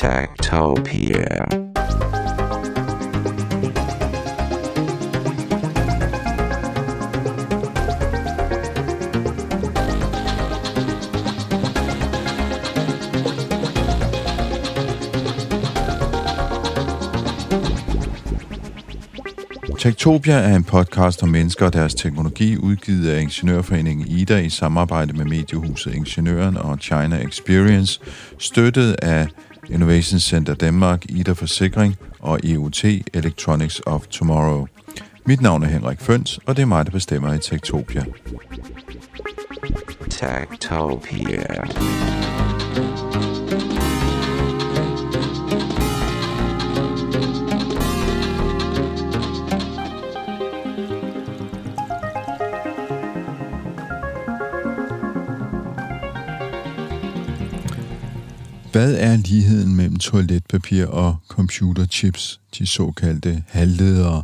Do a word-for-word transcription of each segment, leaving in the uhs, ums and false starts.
Techtopia. Techtopia er en podcast om mennesker og deres teknologi, udgivet af Ingeniørforeningen I D A i samarbejde med mediehuset Ingeniøren og China Experience, støttet af Innovation Center Danmark, I D A Forsikring og E O T Electronics of Tomorrow. Mit navn er Henrik Føns, og det er mig, der bestemmer i Techtopia. Techtopia. Hvad er ligheden mellem toiletpapir og computerchips, de såkaldte halvledere?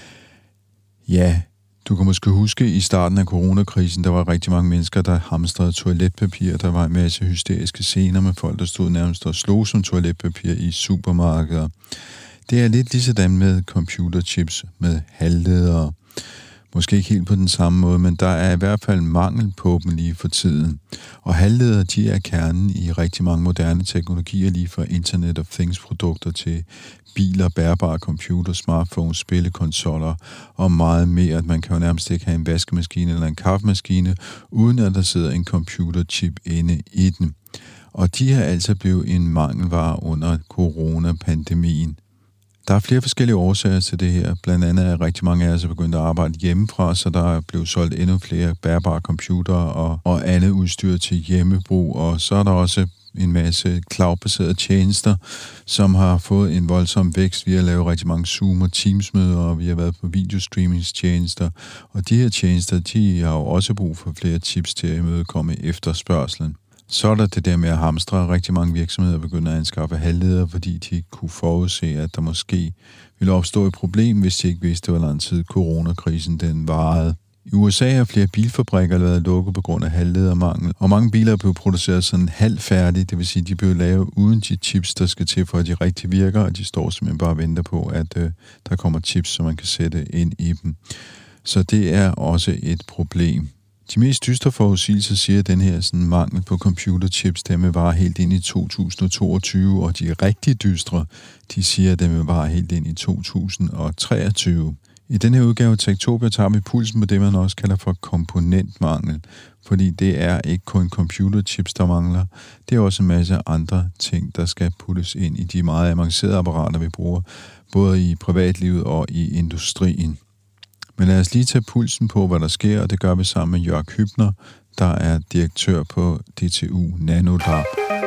Ja, du kan måske huske, i starten af coronakrisen, der var rigtig mange mennesker, der hamstrede toiletpapir. Der var en masse hysteriske scener med folk, der stod nærmest og slog som toiletpapir i supermarkeder. Det er lidt ligesådan med computerchips, med halvledere. Måske ikke helt på den samme måde, men der er i hvert fald mangel på dem lige for tiden. Og halvledere, de er kernen i rigtig mange moderne teknologier, lige fra Internet of Things produkter til biler, bærbare computer, smartphones, spillekonsoller og meget mere. Man kan jo nærmest ikke have en vaskemaskine eller en kaffemaskine, uden at der sidder en computerchip inde i den. Og de er altså blevet en mangelvare under coronapandemien. Der er flere forskellige årsager til det her. Blandt andet er rigtig mange af os begyndt at arbejde hjemmefra, så der er blevet solgt endnu flere bærbare computere og, og andet udstyr til hjemmebrug. Og så er der også en masse cloud-baserede tjenester, som har fået en voldsom vækst. Vi har lavet rigtig mange Zoom- og Teams-møder, og vi har været på videostreamingstjenester. Og de her tjenester, de har jo også brug for flere chips til at imødekomme efterspørgselen. Så er der det der med at hamstre. Rigtig mange virksomheder begynder at anskaffe halvledere, fordi de kunne forudse, at der måske ville opstå et problem, hvis de ikke vidste, hvor lang tid coronakrisen den varede. I U S A har flere bilfabrikker været lukket på grund af halvledermangel, og mange biler er blevet produceret sådan halvfærdige, det vil sige, at de bliver lavet uden de chips, der skal til for, at de rigtig virker, og de står simpelthen bare og venter på, at øh, der kommer chips, som man kan sætte ind i dem. Så det er også et problem. De mest dystre forudsigelser siger, at den her sådan, mangel på computerchips, den vil vare helt ind i to tusind og toogtyve, og de rigtig dystre, de siger, at den vil vare helt ind i to tusind og treogtyve. I denne her udgave af Techtopia tager vi pulsen på det, man også kalder for komponentmangel, fordi det er ikke kun computerchips, der mangler, det er også en masse andre ting, der skal puttes ind i de meget avancerede apparater, vi bruger, både i privatlivet og i industrien. Men lad os lige tage pulsen på, hvad der sker, og det gør vi sammen med Jörg Hübner, der er direktør på D T U Nanolab.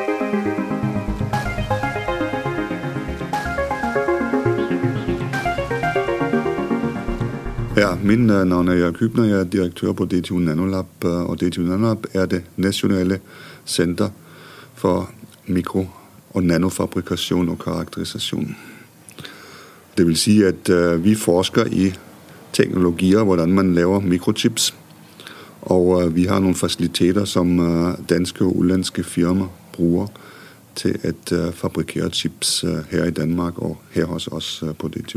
Ja, min navn er Jörg Hübner, jeg er direktør på D T U Nanolab, og D T U Nanolab er det nationale center for mikro- og nanofabrikation og karakterisation. Det vil sige, at vi forsker i teknologier, hvordan man laver mikrochips. Og øh, vi har nogle faciliteter, som øh, danske og udenlandske firmaer bruger til at øh, fabrikere chips øh, her i Danmark og her hos os øh, på D T U.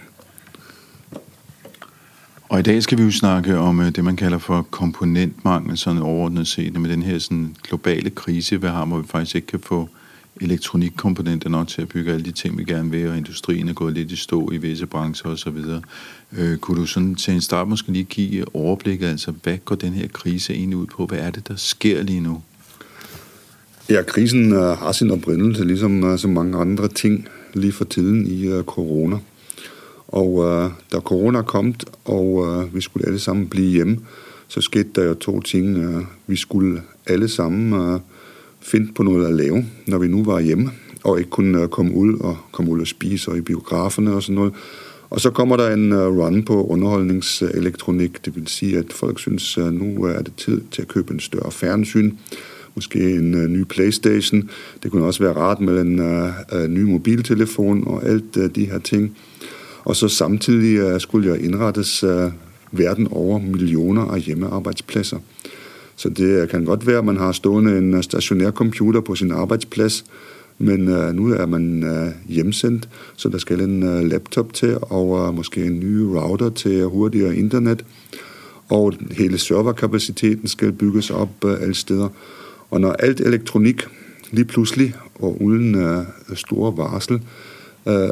Og i dag skal vi jo snakke om øh, det, man kalder for komponentmangel, sådan overordnet set, med den her sådan, globale krise, vi har, hvor vi faktisk ikke kan få elektronikkomponenter nok til at bygge alle de ting, vi gerne vil, og industrien er gået lidt i stå i visse brancher osv. Øh, kunne du sådan til en start måske lige give overblikket, altså hvad går den her krise egentlig ud på? Hvad er det, der sker lige nu? Ja, krisen uh, har sin oprindelse, ligesom uh, så mange andre ting lige for tiden i uh, corona. Og uh, da corona kom, og uh, vi skulle alle sammen blive hjemme, så skete der jo to ting. Uh, vi skulle alle sammen uh, finde på noget at lave, når vi nu var hjemme, og ikke kunne uh, komme ud og komme ud og spise og i biograferne og sådan noget. Og så kommer der en uh, run på underholdningselektronik. Det vil sige, at folk synes, at uh, nu er det tid til at købe en større fjernsyn. Måske en uh, ny PlayStation. Det kunne også være rart med en uh, uh, ny mobiltelefon og alt uh, de her ting. Og så samtidig uh, skulle jeg indrettes uh, verden over millioner af hjemmearbejdspladser. Så det kan godt være, at man har stående en stationær computer på sin arbejdsplads, men uh, nu er man uh, hjemsendt, så der skal en uh, laptop til, og uh, måske en ny router til hurtigere internet, og hele serverkapaciteten skal bygges op uh, alle steder. Og når alt elektronik lige pludselig, og uden uh, store varsel, uh,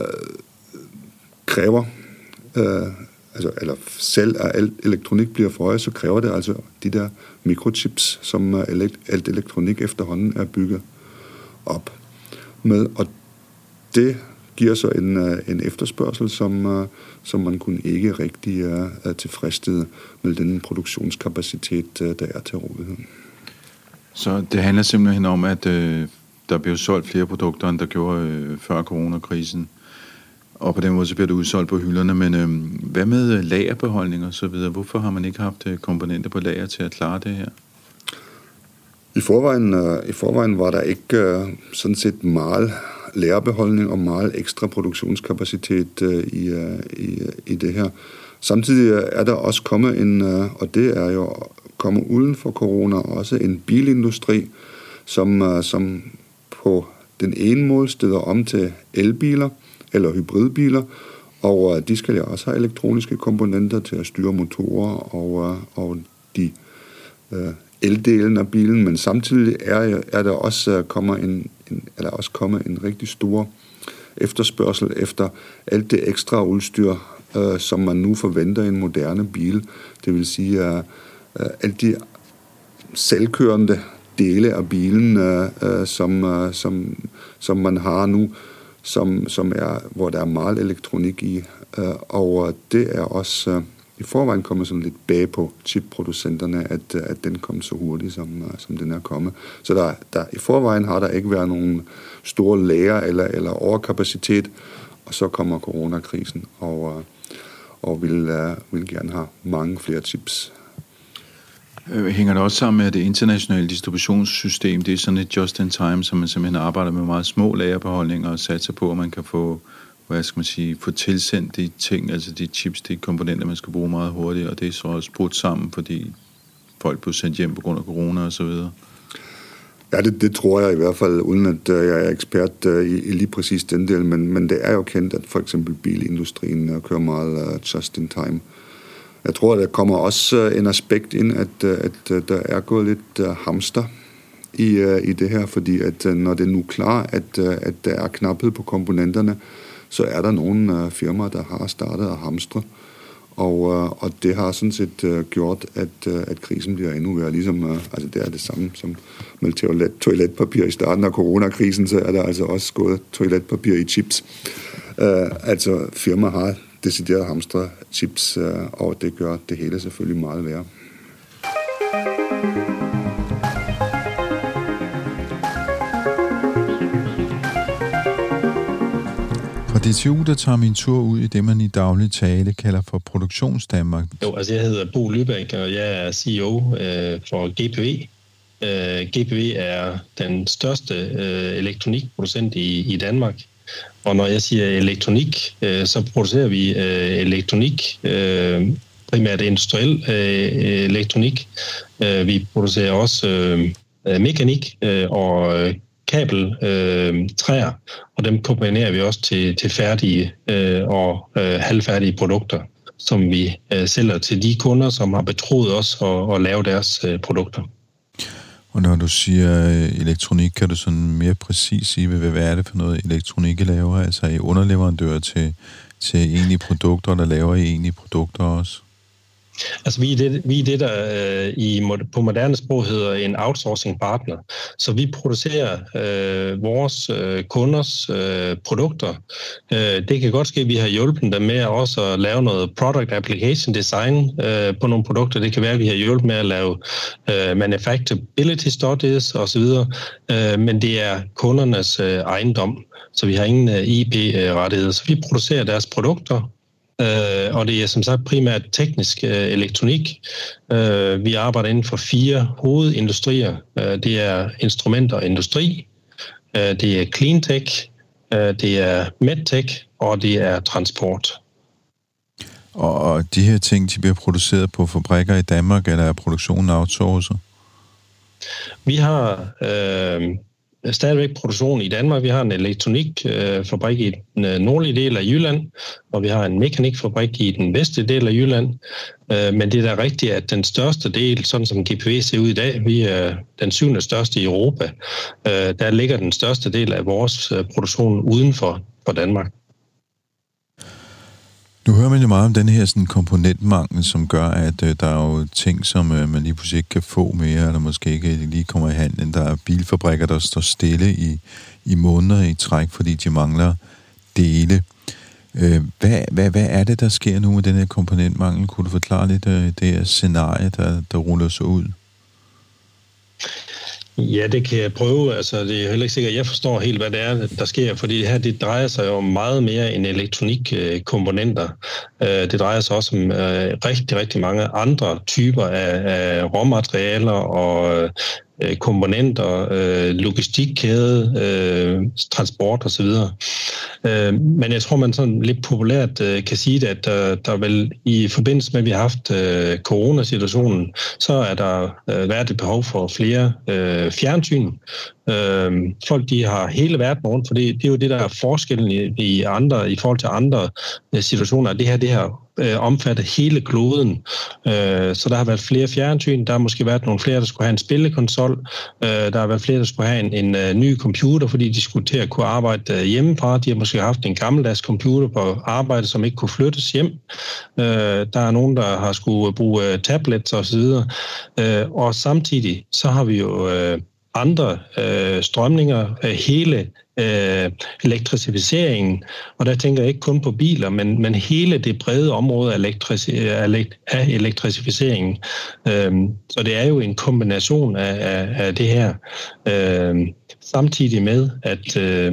kræver, uh, altså, eller selv at alt elektronik bliver forhøjet, så kræver det altså de der mikrochips, som uh, elekt- alt elektronik efterhånden er bygget op med. Og det giver så en, uh, en efterspørgsel, som, uh, som man kunne ikke rigtig uh, tilfredsstille med den produktionskapacitet, uh, der er til rådighed. Så det handler simpelthen om, at øh, der bliver solgt flere produkter, end der gjorde øh, før coronakrisen. Og på den måde så bliver det udsolgt på hylderne. Men øh, hvad med lagerbeholdning og så videre? Hvorfor har man ikke haft øh, komponenter på lager til at klare det her? I forvejen, øh, i forvejen var der ikke øh, sådan set meget lagerbeholdning og meget ekstra produktionskapacitet øh, i, øh, i, i det her. Samtidig er der også kommet en, øh, og det er jo kommet uden for corona, også en bilindustri, som, øh, som på den ene måde steder om til elbiler eller hybridbiler, og øh, de skal jo også have elektroniske komponenter til at styre motorer og, øh, og de øh, eldelen af bilen, men samtidig er, er der også kommet en, en, er der også kommet en rigtig stor efterspørgsel efter alt det ekstra udstyr, øh, som man nu forventer i en moderne bil. Det vil sige, at øh, alle de selvkørende dele af bilen, øh, øh, som, øh, som, som man har nu, som, som er, hvor der er meget elektronik i, øh, og det er også øh, i forvejen kommet sådan lidt bag på chipproducenterne, at, at den kom så hurtigt, som, som den er kommet. Så der, der, i forvejen har der ikke været nogen store lager eller, eller overkapacitet, og så kommer coronakrisen, og, og vil, vil gerne have mange flere chips. Hænger det også sammen med, at det internationale distributionssystem, det er sådan et just-in-time, som man simpelthen arbejder med meget små lagerbeholdninger og satser på, at man kan få hvad skal man sige, få tilsendt de ting, altså de chips, de komponenter, man skal bruge meget hurtigt, og det er så også brudt sammen, fordi folk blev sendt hjem på grund af corona og så videre. Ja, det, det tror jeg i hvert fald, uden at uh, jeg er ekspert uh, i, i lige præcis den del, men, men det er jo kendt, at for eksempel bilindustrien uh, kører meget uh, just in time. Jeg tror, der kommer også uh, en aspekt ind, at, uh, at uh, der er gået lidt uh, hamster i, uh, i det her, fordi at uh, når det er nu klar, at, uh, at der er knaphed på komponenterne, så er der nogle uh, firmaer, der har startet at hamstre, og, uh, og det har sådan set uh, gjort, at, uh, at krisen bliver endnu værre. Ligesom, uh, altså det er det samme som med toilet, toiletpapir i starten af coronakrisen, så er der altså også gået toiletpapir i chips. Uh, altså firmaer har decideret hamstre chips, uh, og det gør det hele selvfølgelig meget værre. Fra D T U, der tager min tur ud i det, man i daglig tale kalder for Produktionsdanmark. Jo, altså jeg hedder Bo Lybæk, og jeg er C E O øh, for G P V. Øh, G P V er den største øh, elektronikproducent i, i Danmark. Og når jeg siger elektronik, øh, så producerer vi øh, elektronik, øh, primært industriel øh, elektronik. Øh, vi producerer også øh, mekanik øh, og øh, kabel, øh, træer, og dem kombinerer vi også til, til færdige øh, og øh, halvfærdige produkter, som vi øh, sælger til de kunder, som har betroet os at, at lave deres øh, produkter. Og når du siger elektronik, kan du sådan mere præcis sige, hvad er det for noget elektronik, I laver? Altså er I underleverandører til, til egentlige produkter, der laver I egentlige produkter også? Altså vi er det, vi er det der øh, i, på moderne sprog hedder en outsourcing partner. Så vi producerer øh, vores øh, kunders øh, produkter. Øh, det kan godt ske, at vi har hjulpet dem med også at lave noget product application design øh, på nogle produkter. Det kan være, at vi har hjulpet med at lave øh, manufacturability studies osv. Øh, men det er kundernes øh, ejendom, så vi har ingen øh, I P-rettigheder. Så vi producerer deres produkter. Uh, og det er som sagt primært teknisk uh, elektronik. Uh, vi arbejder inden for fire hovedindustrier. Uh, det er instrumenter og industri, uh, det er cleantech, uh, det er medtech, og det er transport. Og de her ting, de bliver produceret på fabrikker i Danmark, eller er produktionen outsourcet? Vi har uh, stadigvæk produktion i Danmark. Vi har en elektronikfabrik i den nordlige del af Jylland, og vi har en mekanikfabrik i den vestlige del af Jylland. Men det er da rigtigt, at den største del, sådan som G P V ser ud i dag, vi er den syvende største i Europa. Der ligger den største del af vores produktion uden for, for Danmark. Nu hører man jo meget om den her sådan, komponentmangel, som gør, at øh, der er jo ting, som øh, man lige pludselig ikke kan få mere, eller måske ikke lige kommer i handlen. Der er bilfabrikker, der står stille i, i måneder i træk, fordi de mangler dele. Øh, hvad, hvad, hvad er det, der sker nu med den her komponentmangel? Kunne du forklare lidt øh, det her scenarie, der, der ruller sig ud? Ja, det kan jeg prøve. Altså, det er heller ikke sikkert, at jeg forstår helt, hvad det er, der sker, fordi det her det drejer sig jo om meget mere end elektronikkomponenter. Det drejer sig også om rigtig, rigtig mange andre typer af råmaterialer og komponenter, logistikkæde, transport osv. Men jeg tror, man sådan lidt populært kan sige det, at der, der vel i forbindelse med, at vi har haft coronasituationen, så er der været et behov for flere fjernsyn. Folk, de har hele verden rundt, for det, det er jo det, der er forskellen i, i, andre, i forhold til andre situationer. Det her, det her omfatter hele kloden. Så der har været flere fjernsyn. Der har måske været nogle flere, der skulle have en spillekonsol. Der har været flere, der skulle have en, en ny computer, fordi de skulle til at kunne arbejde hjemmefra. De har måske haft en gammeldags computer på arbejde, som ikke kunne flyttes hjem. Der er nogen, der har skulle bruge tablets osv. Og samtidig så har vi jo andre øh, strømninger, øh, hele øh, elektrificeringen, og der tænker jeg ikke kun på biler, men, men hele det brede område af, elektrici- af elektrificeringen. Øh, så det er jo en kombination af, af, af det her, øh, samtidig med, at øh,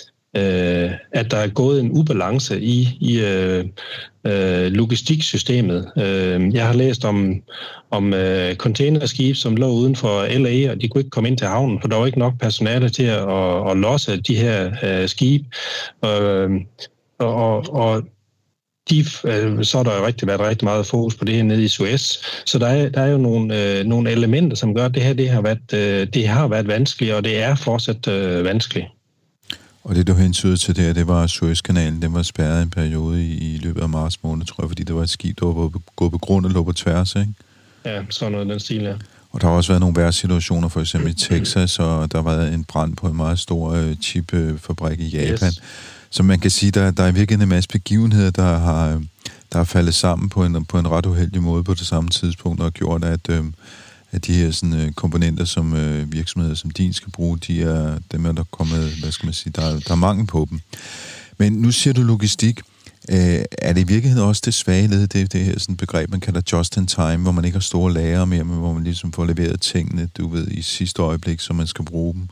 øh, at der er gået en ubalance i, i øh, øh, logistiksystemet. Øh, jeg har læst om, om øh, containerskib, som lå uden for L A, og de kunne ikke komme ind til havnen, for der var ikke nok personale til at, at, at losse de her øh, skib. Øh, og, og de, øh, så har der jo rigtig været rigtig meget fokus på det her nede i Suez. Så der er, der er jo nogle, øh, nogle elementer, som gør, at det her det har, været, øh, det har været vanskeligt, og det er fortsat øh, vanskeligt. Og det, du hentydede til det, det var Suezkanalen. Den var spærret en periode i, i løbet af marts måned, tror jeg, fordi der var et skib, der var gået på grund og lå på tværs, ikke? Ja, sådan noget den stil, ja. Og der har også været nogle værre situationer, for eksempel i Texas, og der var en brand på en meget stor øh, chipfabrik i Japan. Yes. Så man kan sige, der, der er virkelig en masse begivenheder, der har, der har faldet sammen på en, på en ret uheldig måde på det samme tidspunkt, og gjort, at, øh, at de her sådan, øh, komponenter, som øh, virksomheder som din skal bruge, de er, dem er der kommet, hvad skal man sige, der, der er mangel på dem. Men nu siger du logistik. Øh, er det i virkeligheden også det svage led, det, det her sådan begreb, man kalder just in time, hvor man ikke har store lager mere, men hvor man ligesom får leveret tingene, du ved, i sidste øjeblik, så man skal bruge dem?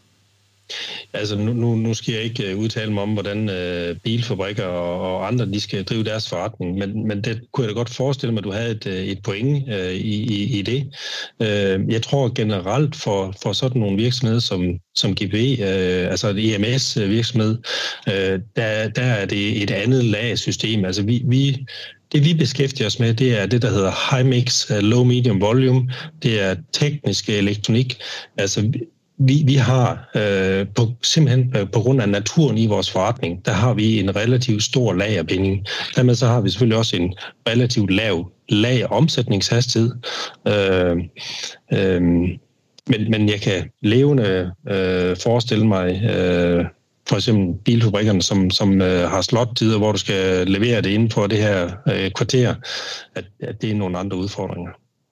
Altså nu, nu, nu skal jeg ikke udtale mig om, hvordan øh, bilfabrikker og, og andre de skal drive deres forretning, men, men det kunne jeg da godt forestille mig, at du havde et, et point øh, i, i, i det. Øh, jeg tror generelt for, for sådan nogle virksomheder som, som G P V, øh, altså et E M S-virksomhed, øh, der, der er det et andet lagsystem. Altså vi... vi Det vi beskæftiger os med, det er det, der hedder high mix, low medium volume. Det er teknisk elektronik. Altså vi, vi har øh, på, simpelthen øh, på grund af naturen i vores forretning, der har vi en relativt stor lagerbinding. Dermed så har vi selvfølgelig også en relativt lav lageromsætningshastighed. Øh, øh, men, men jeg kan levende øh, forestille mig... Øh, for eksempel bilfabrikkerne, som, som øh, har slot-tider, hvor du skal levere det inden for det her øh, kvarter, at, at det er nogle andre udfordringer.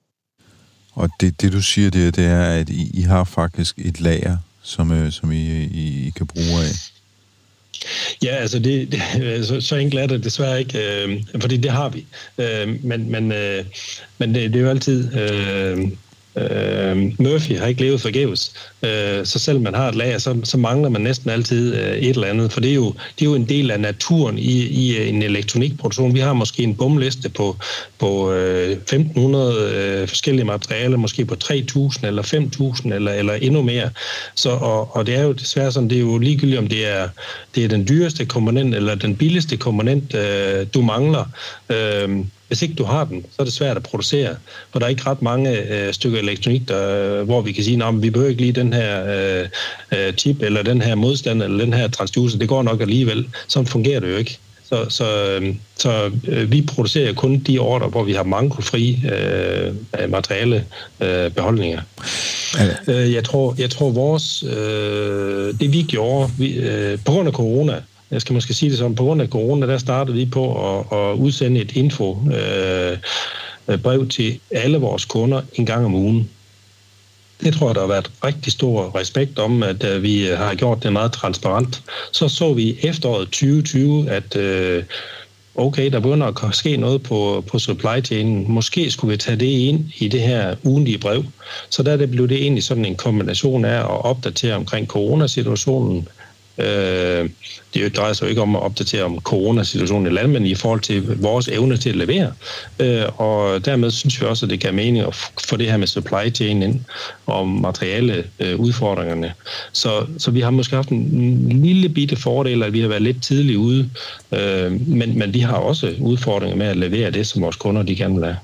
Og det, det du siger, det, det er, at I, I har faktisk et lager, som, øh, som I, I, I kan bruge af. Ja, altså det, det, så, så enkelt er det desværre ikke, øh, fordi det har vi. Øh, men men, øh, men det, det er jo altid... Øh, Uh, Murphy har ikke levet forgæves, uh, så selvom man har et lager, så, så mangler man næsten altid uh, et eller andet, for det er jo, det er jo en del af naturen i, i en elektronikproduktion. Vi har måske en bumliste på, på uh, femten hundrede uh, forskellige materialer, måske på tre tusind eller fem tusind eller, eller endnu mere. Så, og, og det er jo desværre sådan, det er jo ligegyldigt, om det er, det er den dyreste komponent eller den billigste komponent, uh, du mangler. Uh, Hvis ikke du har den, så er det svært at producere, for der er ikke ret mange øh, stykker elektronik, der, hvor vi kan sige, at vi behøver ikke lige den her øh, chip, eller den her modstand, eller den her transducer. Det går nok alligevel. Sådan fungerer det jo ikke. Så, så, så øh, vi producerer kun de ordrer, hvor vi har mangelfri øh, materiale øh, beholdninger. Ja. Jeg tror, jeg tror vores, øh, det vi gjorde, vi, øh, på grund af corona, jeg skal måske sige det sådan, på grund af corona, der startede vi på at, at udsende et info øh, brev til alle vores kunder en gang om ugen. Det tror jeg, der har været rigtig stor respekt om, at uh, vi har gjort det meget transparent. Så så vi efteråret tyve tyve, at uh, okay, der begynder at ske noget på, på supply chainen. Måske skulle vi tage det ind i det her ugenlige brev. Så der blev det egentlig sådan en kombination af at opdatere omkring coronasituationen. Uh, det drejer sig jo ikke om at opdatere om coronasituationen i landet, men i forhold til vores evne til at levere. Uh, og dermed synes vi også, at det gav mening at få det her med supply chain ind og materiale uh, udfordringerne. Så, så vi har måske haft en lille bitte fordel, at vi har været lidt tidligt ude, uh, men, men vi har også udfordringer med at levere det, som vores kunder de gerne vil have.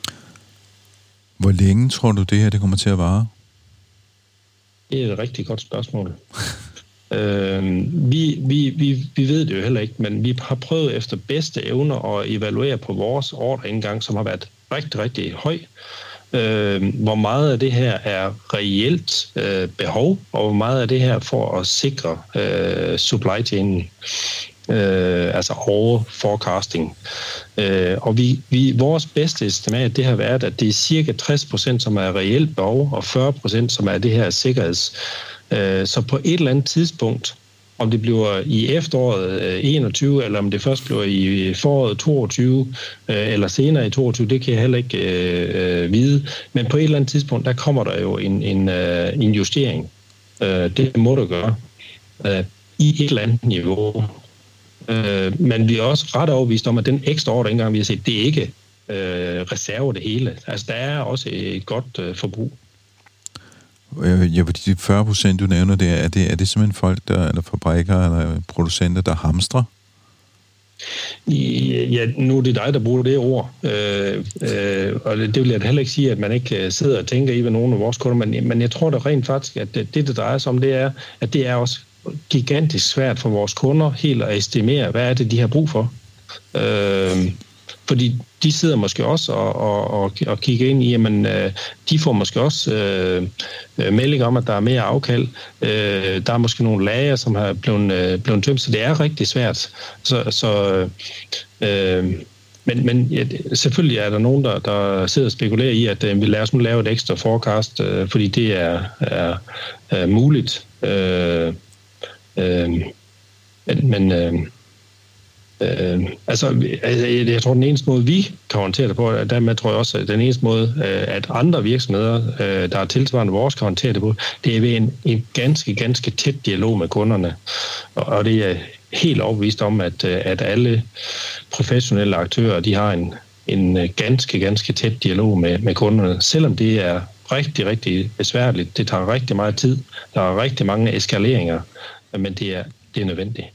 Hvor længe tror du, det her det kommer til at vare? Det er et rigtig godt spørgsmål. Øh, vi, vi, vi, vi ved det jo heller ikke, men vi har prøvet efter bedste evner at evaluere på vores ordreindgang, som har været rigtig, rigtig høj. Øh, hvor meget af det her er reelt øh, behov, og hvor meget af det her for at sikre øh, supply chainen. Øh, altså over forecasting. Øh, og vi, vi, vores bedste estimat, det har været, at det er cirka tres procent, som er reelt behov, og fyrre procent, som er det her sikkerheds. Øh, så på et eller andet tidspunkt, om det bliver i efteråret enogtyve, eller om det først bliver i foråret toogtyve, øh, eller senere i toogtyve, det kan jeg heller ikke øh, vide. Men på et eller andet tidspunkt, der kommer der jo en, en, øh, en justering. Øh, det må du gøre. Øh, I et eller andet niveau. Øh, men vi er også ret overbevist om, at den ekstra ordre, engang vi har set, det er ikke øh, reserve det hele. Altså, der er også et godt øh, forbrug. Ja, på de fyrre procent, du nævner, det er, er det, er det simpelthen folk, der, eller fabrikker, eller producenter, der hamstrer? Ja, nu er det dig, der bruger det ord. Øh, øh, og det vil jeg heller ikke sige, at man ikke sidder og tænker i, hvad nogle af vores kunder, men, men jeg tror da rent faktisk, at det, det drejer sig om, det er, at det er også gigantisk svært for vores kunder helt at estimere, hvad er det, de har brug for. Øh, fordi de sidder måske også og, og, og, og kigger ind i, jamen, øh, de får måske også øh, melding om, at der er mere afkald. Øh, der er måske nogle lager, som har blevet, øh, blevet tømt, så det er rigtig svært. Så, så, øh, men men ja, selvfølgelig er der nogen, der, der sidder og spekulerer i, at øh, vi lader os nu lave et ekstra forecast, øh, fordi det er, er, er muligt. Øh, øh, men... men øh, Øh, altså, jeg tror, den eneste måde, vi kan håndtere det på, og dermed tror jeg også, at den eneste måde, at andre virksomheder, der er tilsvarende vores, kan håndtere det på, det er ved en, en ganske, ganske tæt dialog med kunderne. Og det er helt overbevist om, at, at alle professionelle aktører, de har en, en ganske, ganske tæt dialog med, med kunderne, selvom det er rigtig, rigtig besværligt. Det tager rigtig meget tid. Der er rigtig mange eskaleringer, men det er, det er nødvendigt.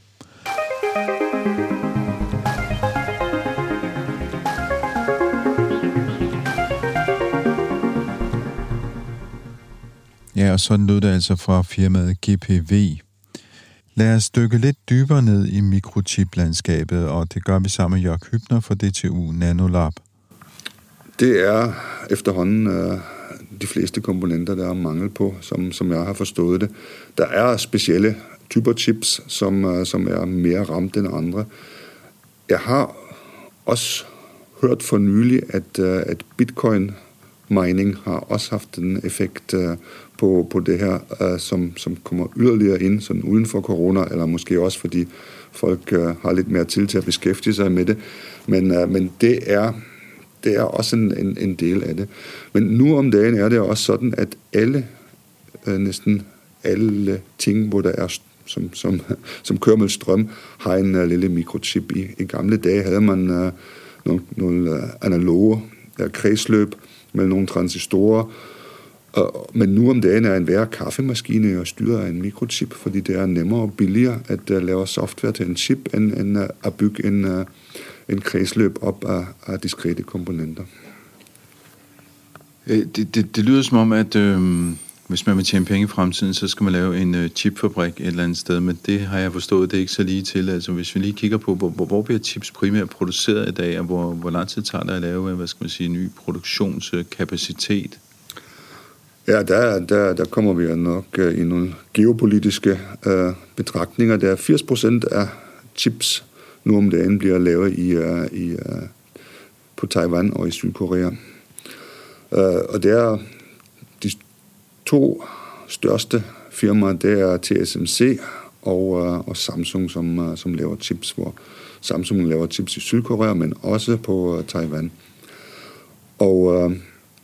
Ja, og sådan lød det altså fra firmaet G P V. Lad os dykke lidt dybere ned i mikrochip-landskabet, og det gør vi sammen med Jörg Hübner fra D T U Nanolab. Det er efterhånden øh, de fleste komponenter, der er mangel på, som, som jeg har forstået det. Der er specielle typer chips, som, øh, som er mere ramt end andre. Jeg har også hørt for nylig, at, øh, at bitcoin mining har også haft en effekt uh, på, på det her, uh, som, som kommer yderligere ind, sådan uden for corona, eller måske også fordi folk uh, har lidt mere tid til at beskæftige sig med det. Men, uh, men det, er, det er også en, en, en del af det. Men nu om dagen er det også sådan, at alle, uh, næsten alle ting, hvor der er, som, som, som kører med strøm, har en uh, lille mikrochip i. I gamle dage havde man uh, nogle, nogle uh, analoge uh, kredsløb, med nogle transistorer. Men nu om dagen er enhver kaffemaskine og styret af en mikrochip, fordi det er nemmere og billigere at lave software til en chip, end, end at bygge en, en kredsløb op af, af diskrete komponenter. Det, det, det lyder som om, at øh, hvis man vil tjene penge i fremtiden, så skal man lave en øh, chipfabrik et eller andet sted, men det har jeg forstået, det er ikke så lige til. Altså hvis vi lige kigger på, hvor, hvor bliver chips primært produceret i dag, og hvor, hvor lang tid tager det at lave, hvad skal man sige, ny produktionskapacitet? Ja, der, der, der kommer vi nok uh, i nogle geopolitiske uh, betragtninger. Der er firs procent af chips nu om dagen bliver lavet i, uh, i, uh, på Taiwan og i Sydkorea. Uh, og det er de to største firmaer, det er T S M C og, uh, og Samsung, som, uh, som laver chips, hvor Samsung laver chips i Sydkorea, men også på uh, Taiwan. Og uh,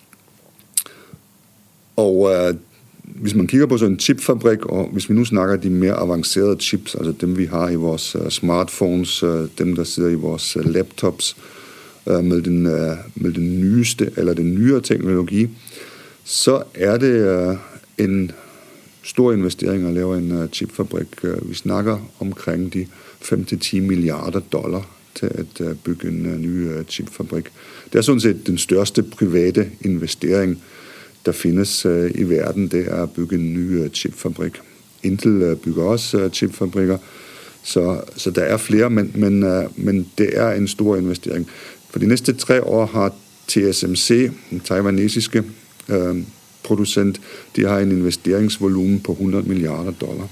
Og øh, hvis man kigger på sådan en chipfabrik, og hvis vi nu snakker de mere avancerede chips, altså dem vi har i vores uh, smartphones, uh, dem der sidder i vores uh, laptops, uh, med, den, uh, med den nyeste eller den nyere teknologi, så er det uh, en stor investering at lave en uh, chipfabrik. Uh, vi snakker omkring de fem til ti milliarder dollar til at uh, bygge en uh, ny uh, chipfabrik. Det er sådan set den største private investering, der findes uh, i verden, det er at bygge en ny uh, chipfabrik. Intel uh, bygger også uh, chipfabrikker, så, så der er flere, men, men, uh, men det er en stor investering. For de næste tre år har T S M C, den taiwanesiske uh, producent, de har en investeringsvolumen på hundrede milliarder dollar.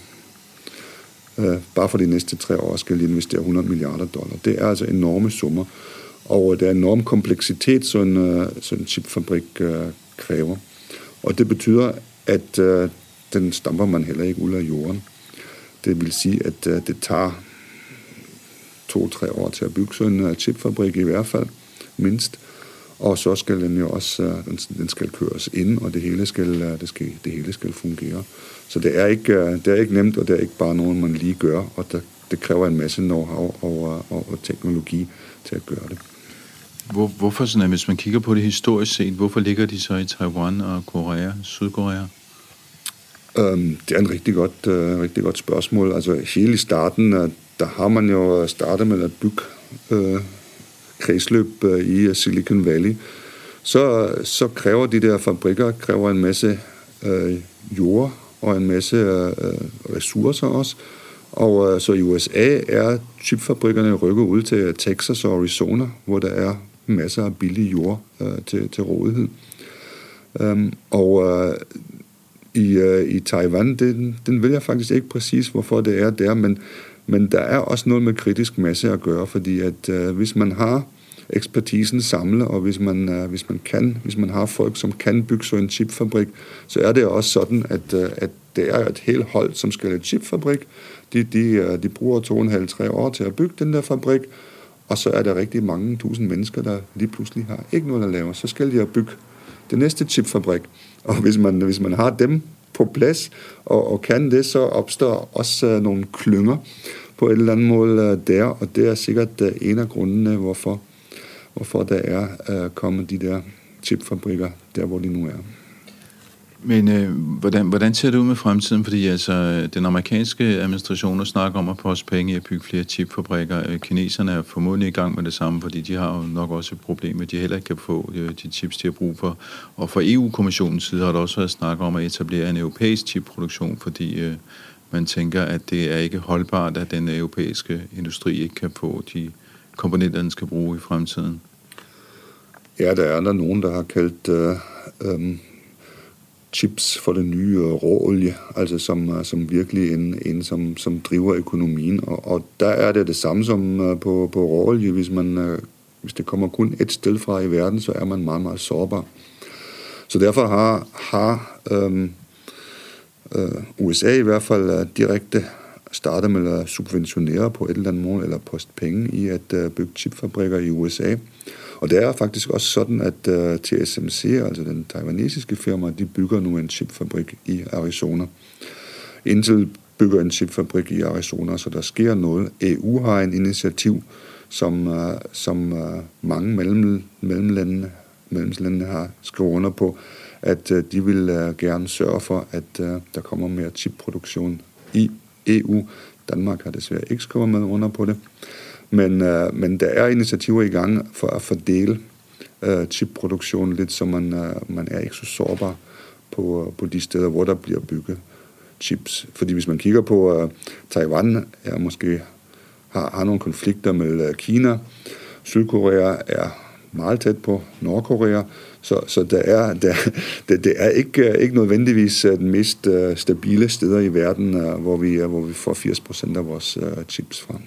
Uh, bare for de næste tre år skal de investere hundrede milliarder dollar. Det er altså enorme summer, og der er enorm kompleksitet, så en, uh, så en chipfabrik uh, kræver. Og det betyder, at øh, den stamper man heller ikke ud af jorden. Det vil sige, at øh, det tager to-tre år til at bygge sådan en uh, chipfabrik i hvert fald, mindst. Og så skal den jo også øh, den, den skal køres ind, og det hele skal, øh, det skal, det hele skal fungere. Så det er, ikke, øh, det er ikke nemt, og det er ikke bare noget, man lige gør. Og der, det kræver en masse know-how og, og, og teknologi til at gøre det. Hvor, hvorfor sådan, at hvis man kigger på det historisk set, hvorfor ligger de så i Taiwan og Korea, Sydkorea? Um, det er en rigtig godt, uh, rigtig godt spørgsmål. Altså hele i starten, uh, der har man jo startet med at bygge uh, kredsløb uh, i Silicon Valley. Så, så kræver de der fabrikker kræver en masse uh, jord og en masse uh, ressourcer også. Og uh, så i U S A er chipfabrikkerne rykket ud til Texas og Arizona, hvor der er masser af billig jord uh, til, til rådighed. Um, og uh, i, uh, i Taiwan, den, den ved jeg faktisk ikke præcis, hvorfor det er der, men, men der er også noget med kritisk masse at gøre, fordi at uh, hvis man har ekspertisen samlet, og hvis man, uh, hvis man kan, hvis man har folk, som kan bygge sådan en chipfabrik, så er det også sådan, at, uh, at det er et helt hold, som skal have chipfabrik. De, de, de bruger to og en halv, tre år til at bygge den der fabrik, og så er der rigtig mange tusind mennesker, der lige pludselig har ikke noget at lave. Så skal de have bygge den næste chipfabrik. Og hvis man, hvis man har dem på plads og, og kan det, så opstår også uh, nogle klynger på et eller andet måde uh, der, og det er sikkert uh, en af grundene, hvorfor, hvorfor der er uh, kommet de der chipfabrikker der, hvor de nu er. Men øh, hvordan, hvordan ser det ud med fremtiden? Fordi altså, den amerikanske administration snakker om at poste penge i at bygge flere chipfabrikker. Kineserne er formodentlig i gang med det samme, fordi de har jo nok også et problem, at de heller ikke kan få de chips, de har brug for. Og fra E U-kommissionens side har der også været snak om at etablere en europæisk chipproduktion, fordi øh, man tænker, at det er ikke holdbart, at den europæiske industri ikke kan få de komponenter, den skal bruge i fremtiden. Ja, der er der nogen, der har kaldt Øh, øh, chips for den nye råolie, altså som, som virkelig en, en som, som driver økonomien. Og, og der er det det samme som på, på råolie. Hvis, man, hvis det kommer kun et sted fra i verden, så er man meget, meget sårbar. Så derfor har, har øhm, øh, U S A i hvert fald direkte startet med at subventionere på et eller andet måde, eller poste penge i at uh, bygge chipfabrikker i U S A. Og det er faktisk også sådan, at uh, T S M C, altså den taiwanesiske firma, de bygger nu en chipfabrik i Arizona. Intel bygger en chipfabrik i Arizona, så der sker noget. E U har en initiativ, som, uh, som uh, mange mellem, mellemlandene, mellemlandene har skrevet under på, at uh, de vil uh, gerne sørge for, at uh, der kommer mere chipproduktion i E U. Danmark har desværre ikke skrevet med under på det. Men, øh, men der er initiativer i gang for at fordele øh, chipproduktionen lidt, så man, øh, man er ikke så sårbar på, på de steder, hvor der bliver bygget chips. Fordi hvis man kigger på uh, Taiwan, er måske har, har nogle konflikter med uh, Kina. Sydkorea er meget tæt på Nordkorea, så, så der er, der, det, det er ikke, ikke nødvendigvis uh, den mest uh, stabile steder i verden, uh, hvor, vi, uh, hvor vi får firs procent af vores uh, chips fra.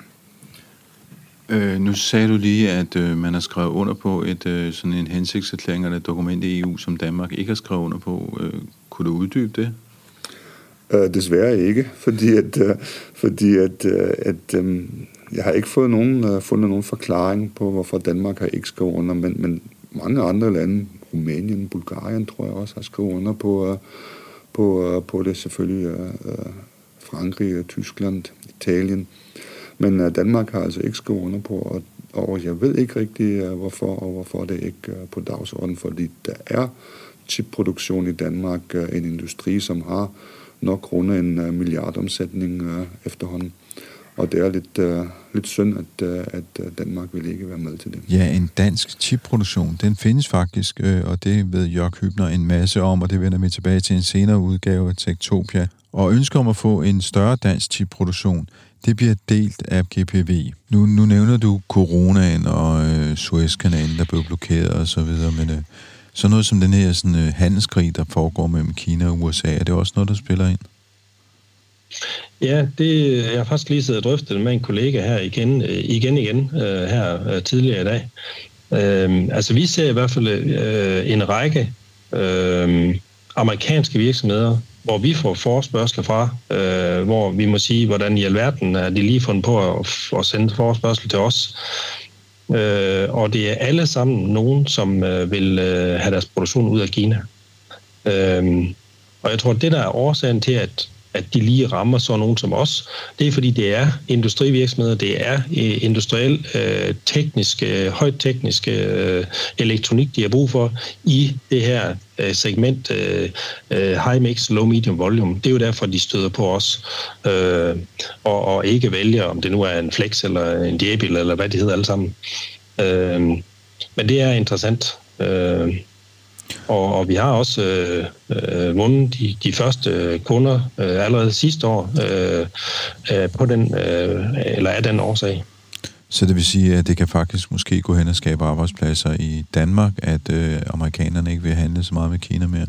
Øh, nu sagde du lige, at øh, man har skrevet under på et øh, sådan en hensigtserklæring eller et dokument i E U, som Danmark ikke har skrevet under på. Øh, kunne du uddybe det? Uh, desværre ikke, fordi at, uh, fordi at, uh, at um, jeg har ikke fået nogen, uh, fundet nogen forklaring på, hvorfor Danmark har ikke skrevet under, men, men mange andre lande, Rumænien, Bulgarien, tror jeg også, har skrevet under på, uh, på, uh, på det, selvfølgelig uh, uh, Frankrig, Tyskland, Italien, men uh, Danmark har altså ikke skrevet under på, og, og jeg ved ikke rigtig, uh, hvorfor, og hvorfor det ikke er uh, på dagsordenen, fordi der er chipproduktion i Danmark, uh, en industri, som har nok rundt en uh, milliardomsætning uh, efterhånden. Og det er lidt, uh, lidt synd, at, uh, at Danmark vil ikke være med til det. Ja, en dansk chipproduktion, den findes faktisk, øh, og det ved Jörg Hübner en masse om, og det vender vi tilbage til en senere udgave af Techtopia. Og ønsker om at få en større dansk chipproduktion, det bliver delt af G P V. Nu, nu nævner du coronaen og øh, Suezkanalen, der blev blokeret og så videre, men øh, så noget som den her sådan, øh, handelskrig, der foregår mellem Kina og U S A, er det også noget, der spiller ind? Ja, det, jeg har faktisk lige siddet og drøftet med en kollega her igen, igen, igen øh, her øh, tidligere i dag. Øh, altså vi ser i hvert fald øh, en række øh, amerikanske virksomheder, hvor vi får forespørgsel fra, øh, hvor vi må sige, hvordan i alverden er de lige fundet på at, at sende forespørgsel til os. Øh, og det er alle sammen nogen, som øh, vil øh, have deres produktion ud af Kina. Øh, og jeg tror, det der er årsagen til, at at de lige rammer sådan nogen som os, det er fordi, det er industrivirksomheder, det er industriel, øh, teknisk, øh, højt teknisk øh, elektronik, de har brug for i det her øh, segment øh, high mix, low medium volume. Det er jo derfor, de støder på os, øh, og, og ikke vælger, om det nu er en Flex eller en Diabil, eller hvad de hedder alle sammen. Øh, men det er interessant. Øh, Og, og vi har også øh, øh, vundet de, de første kunder øh, allerede sidste år øh, øh, på den, øh, eller af den årsag. Så det vil sige, at det kan faktisk måske gå hen og skabe arbejdspladser i Danmark, at øh, amerikanerne ikke vil handle så meget med Kina mere?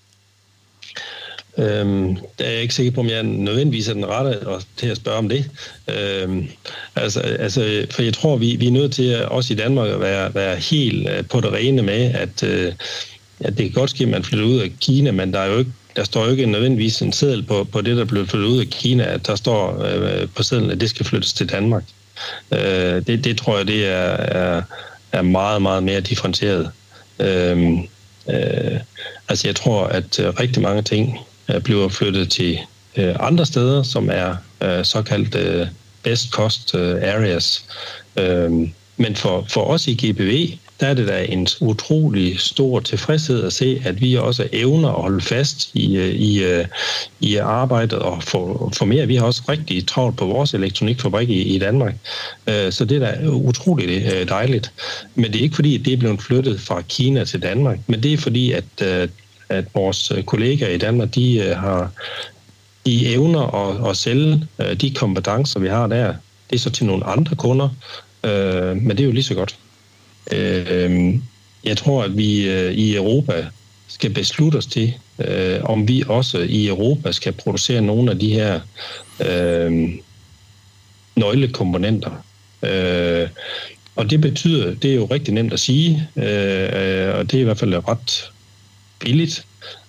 Øhm, der er jeg ikke sikker på, om jeg nødvendigvis er den rette til at spørge om det. Øhm, altså, altså, for jeg tror, vi, vi er nødt til også i Danmark at være, være helt på det rene med, at øh, ja, det kan godt ske, at man flytter ud af Kina, men der, er jo ikke, der står jo ikke nødvendigvis en seddel på, på det, der bliver flyttet ud af Kina, at der står øh, på sedlen, at det skal flyttes til Danmark. Øh, det, det tror jeg, det er, er, er meget, meget mere differentieret. Øh, øh, altså jeg tror, at øh, rigtig mange ting øh, bliver flyttet til øh, andre steder, som er øh, såkaldt øh, best cost øh, areas. Øh, men for, for os i G P V, der er det da en utrolig stor tilfredshed at se, at vi også evner at holde fast i, i, i arbejdet og få, få mere. Vi har også rigtig travlt på vores elektronikfabrik i, i Danmark, så det er da utroligt dejligt. Men det er ikke fordi, at det er blevet flyttet fra Kina til Danmark, men det er fordi, at, at vores kollegaer i Danmark, de har de evner at, at sælge de kompetencer, vi har der. Det er så til nogle andre kunder, men det er jo lige så godt. Jeg tror, at vi i Europa skal beslutte os til, om vi også i Europa skal producere nogle af de her øh, nøglekomponenter. Og det betyder, det er jo rigtig nemt at sige, og det er i hvert fald ret billigt,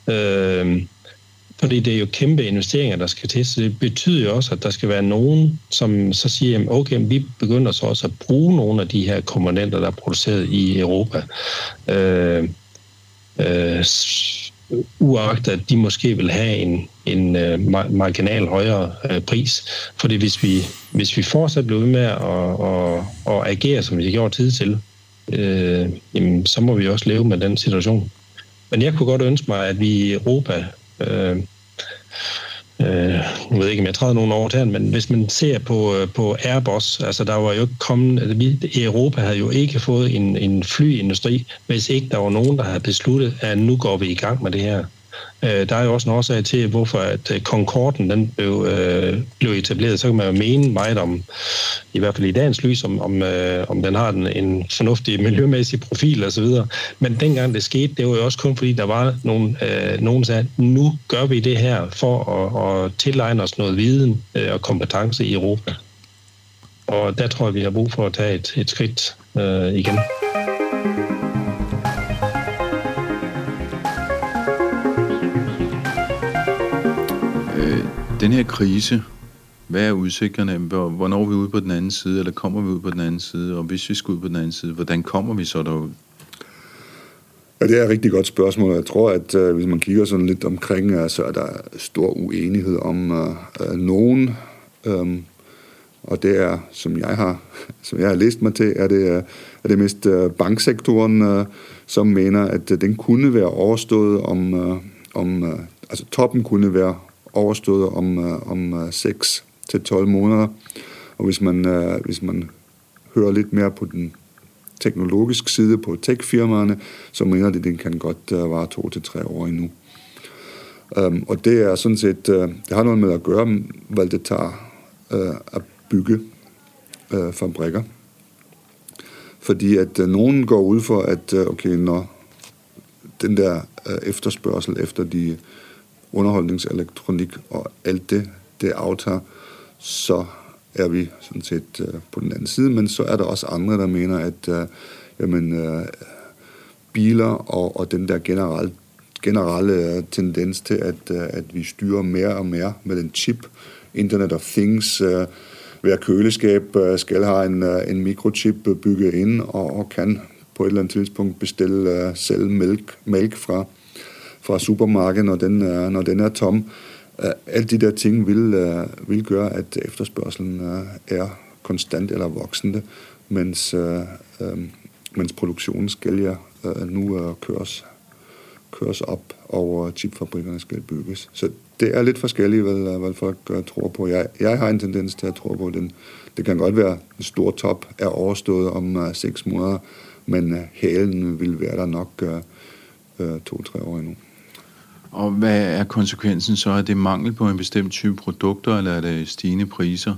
fordi det er jo kæmpe investeringer, der skal til, så det betyder jo også, at der skal være nogen, som så siger, okay, vi begynder så også at bruge nogle af de her komponenter, der er produceret i Europa. Øh, øh, uagtet at de måske vil have en, en uh, marginal højere uh, pris. Fordi hvis vi, hvis vi fortsat bliver ved med at, at, at agere, som vi har gjort tid til, øh, jamen, så må vi også leve med den situation. Men jeg kunne godt ønske mig, at vi i Europa Øh, Øh, nu ved jeg ikke, om jeg træder nogen over til den, men hvis man ser på, på Airbus, altså der var jo ikke kommet, altså vi i Europa havde jo ikke fået en, en flyindustri, hvis ikke der var nogen, der havde besluttet, at nu går vi i gang med det her. Der er jo også en årsag til, hvorfor at Concorden den blev, øh, blev etableret. Så kan man jo mene meget om, i hvert fald i dagens lys, om, om, øh, om den har den, en fornuftig miljømæssig profil osv. Men dengang det skete, det var jo også kun fordi, der var nogen, øh, nogen, der sagde, nu gør vi det her for at, at tilegne os noget viden øh, og kompetence i Europa. Og der tror jeg, vi har brug for at tage et, et skridt øh, igen. Den her krise, hvad er udsigterne? Hvornår er vi ude på den anden side, eller kommer vi ud på den anden side? Og hvis vi skal ud på den anden side, hvordan kommer vi så derud? Ja, det er et rigtig godt spørgsmål. Jeg tror, at uh, hvis man kigger sådan lidt omkring, uh, så er der stor uenighed om uh, uh, nogen. Um, og det er, som jeg har, som jeg har læst mig til, er det, uh, er det mest uh, banksektoren, uh, som mener, at uh, den kunne være overstået om, uh, om uh, altså toppen kunne være overstået om, uh, om seks til tolv måneder. Og hvis man, uh, hvis man hører lidt mere på den teknologiske side på tech-firmaerne, så mener de, at den kan godt uh, vare to til tre år endnu. Um, og det er sådan set, uh, det har noget med at gøre, hvad det tager uh, at bygge uh, fabrikker. Fordi at uh, nogen går ud for, at uh, okay, når den der uh, efterspørgsel efter de underholdningselektronik og alt det, det aftager, så er vi sådan set uh, på den anden side, men så er der også andre, der mener, at uh, jamen, uh, biler og, og den der generelle, generelle tendens til, at, uh, at vi styrer mere og mere med den chip, Internet of Things, uh, hver køleskab uh, skal have en, uh, en mikrochip bygget ind og, og kan på et eller andet tidspunkt bestille uh, selv mælk, mælk fra fra supermarkedet, når den er, når den er tom. Uh, alle de der ting vil, uh, vil gøre, at efterspørgselen uh, er konstant eller voksende, mens, uh, um, mens produktionen skal ja, uh, nu uh, køres, køres op, og chipfabrikkerne skal bygges. Så det er lidt forskelligt, hvad, hvad folk uh, tror på. Jeg, jeg har en tendens til at tro på, at den, det kan godt være, at en stor top er overstået om uh, seks måneder, men uh, halen vil være der nok uh, uh, to-tre år endnu. Og hvad er konsekvensen så? Er det mangel på en bestemt type produkter, eller er det stigende priser?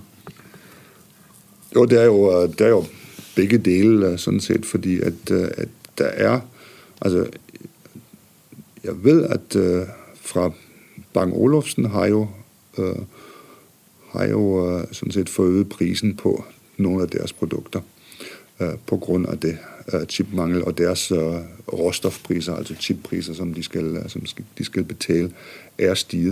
Jo, det er jo, det er jo begge dele, sådan set, fordi at, at der er, altså, jeg ved, at uh, fra Bang Olufsen har jo, uh, har jo uh, sådan set forøget prisen på nogle af deres produkter, uh, på grund af det uh, chipmangel og deres uh, råstofpriser, altså chippriser, som de skal, uh, som skal, de skal betale, er stiget.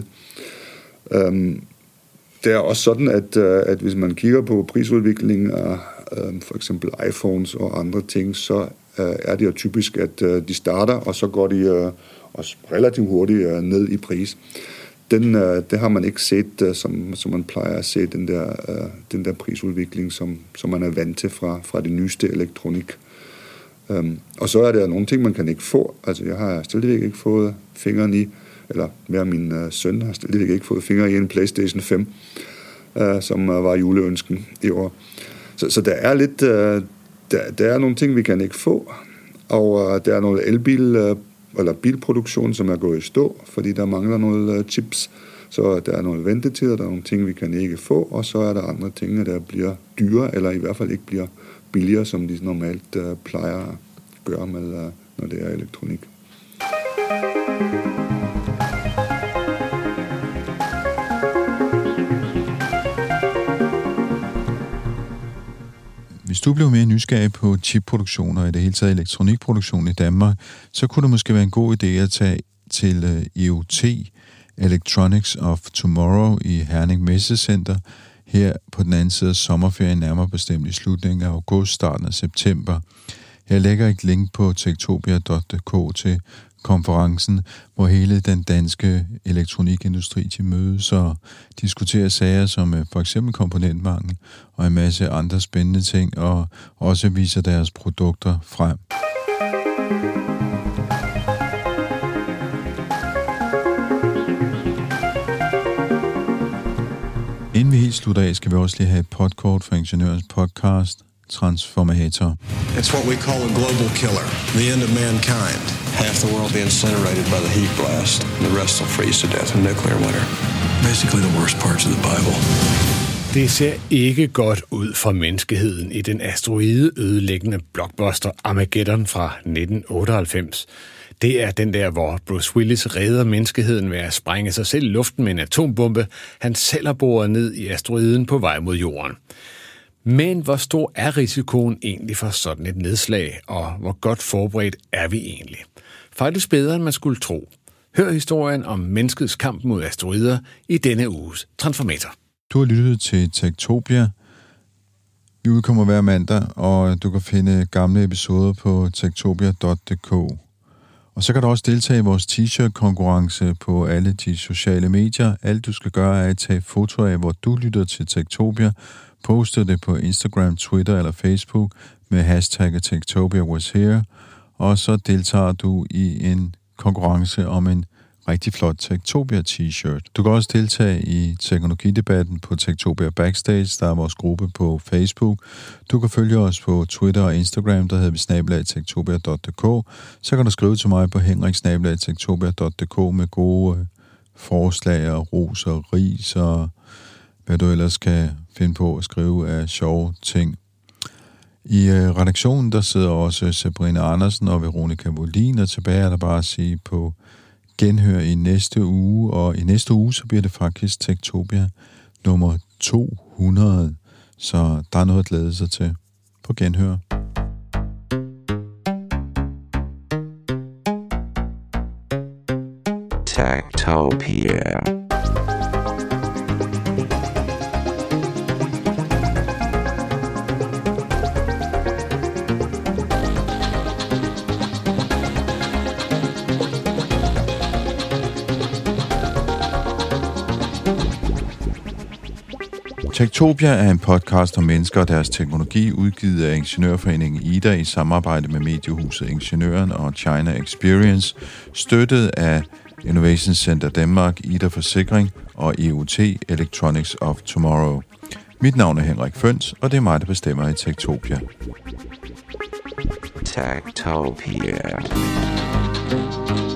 Um, Det er også sådan, at, at hvis man kigger på prisudviklingen af øh, for eksempel iPhones og andre ting, så øh, er det jo typisk, at øh, de starter, og så går de øh, også relativt hurtigt øh, ned i pris. Den, øh, det har man ikke set, øh, som, som man plejer at se, den der, øh, den der prisudvikling, som, som man er vant til fra, fra det nyeste elektronik. Um, og så er der nogle ting, man kan ikke få. Altså, jeg har stadigvæk ikke fået fingeren i, eller mere min øh, søn har stadigvæk ikke fået fingre i en PlayStation fem, øh, som øh, var juleønsken i år. Så, så der er lidt, øh, der, der er nogle ting, vi kan ikke få, og øh, der er noget elbil, øh, eller bilproduktion, som er gået i stå, fordi der mangler nogle øh, chips, så der er nogle ventetider, der er nogle ting, vi kan ikke få, og så er der andre ting, der bliver dyre, eller i hvert fald ikke bliver billigere, som de normalt øh, plejer at gøre, med, øh, når det er elektronik. Hvis du blev mere nysgerrig på chipproduktion og i det hele taget elektronikproduktion i Danmark, så kunne det måske være en god idé at tage til E O T, Electronics of Tomorrow i Herning Messecenter, her på den anden side af sommerferien, nærmere bestemt i slutningen af august, starten af september. Jeg lægger et link på techtopia punktum d k til konferencen, hvor hele den danske elektronikindustri til mødes og diskuterer sager som for eksempel komponentmangel og en masse andre spændende ting, og også viser deres produkter frem. Inden vi helt slutter af, skal vi også lige have et podkort for Ingeniørens podcast, Transformator. It's what we call a global killer, the end of mankind. Half the world be incinerated by the heat blast, and the rest will freeze to death in nuclear winter. Basically the worst parts of the Bible. Det ser ikke godt ud for menneskeheden i den asteroide-ødelæggende blockbuster Armageddon fra nitten otteoghalvfems. Det er den der, hvor Bruce Willis redder menneskeheden ved at sprænge sig selv i luften med en atombombe, han selv har boret ned i asteroiden på vej mod jorden. Men hvor stor er risikoen egentlig for sådan et nedslag, og hvor godt forberedt er vi egentlig? Faktisk bedre, end man skulle tro. Hør historien om menneskets kamp mod asteroider i denne uges Transformator. Du har lyttet til Techtopia. Vi udkommer hver mandag, og du kan finde gamle episoder på techtopia punktum d k. Og så kan du også deltage i vores t-shirt-konkurrence på alle de sociale medier. Alt du skal gøre er at tage foto af, hvor du lytter til Techtopia, poste det på Instagram, Twitter eller Facebook med hashtagget Techtopia was here, og så deltager du i en konkurrence om en rigtig flot Techtopia t-shirt. Du kan også deltage i teknologidebatten på Techtopia Backstage, der er vores gruppe på Facebook. Du kan følge os på Twitter og Instagram, der hedder vi snabel-a techtopia punktum d k. Så kan du skrive til mig på henrik snabel-a techtopia punktum d k med gode øh, forslag og ros og ris og hvad du ellers kan finde på at skrive af sjove ting. I øh, redaktionen, der sidder også Sabrina Andersen og Veronica Volin, og tilbage er der bare at sige på genhør i næste uge, og i næste uge, så bliver det faktisk Techtopia nummer to hundrede, så der er noget at glæde sig til. På genhør. Techtopia. Techtopia er en podcast om mennesker og deres teknologi, udgivet af Ingeniørforeningen IDA i samarbejde med mediehuset Ingeniøren og China Experience, støttet af Innovation Center Danmark, IDA Forsikring og E O T Electronics of Tomorrow. Mit navn er Henrik Føns, og det er mig, der bestemmer i Techtopia. Techtopia.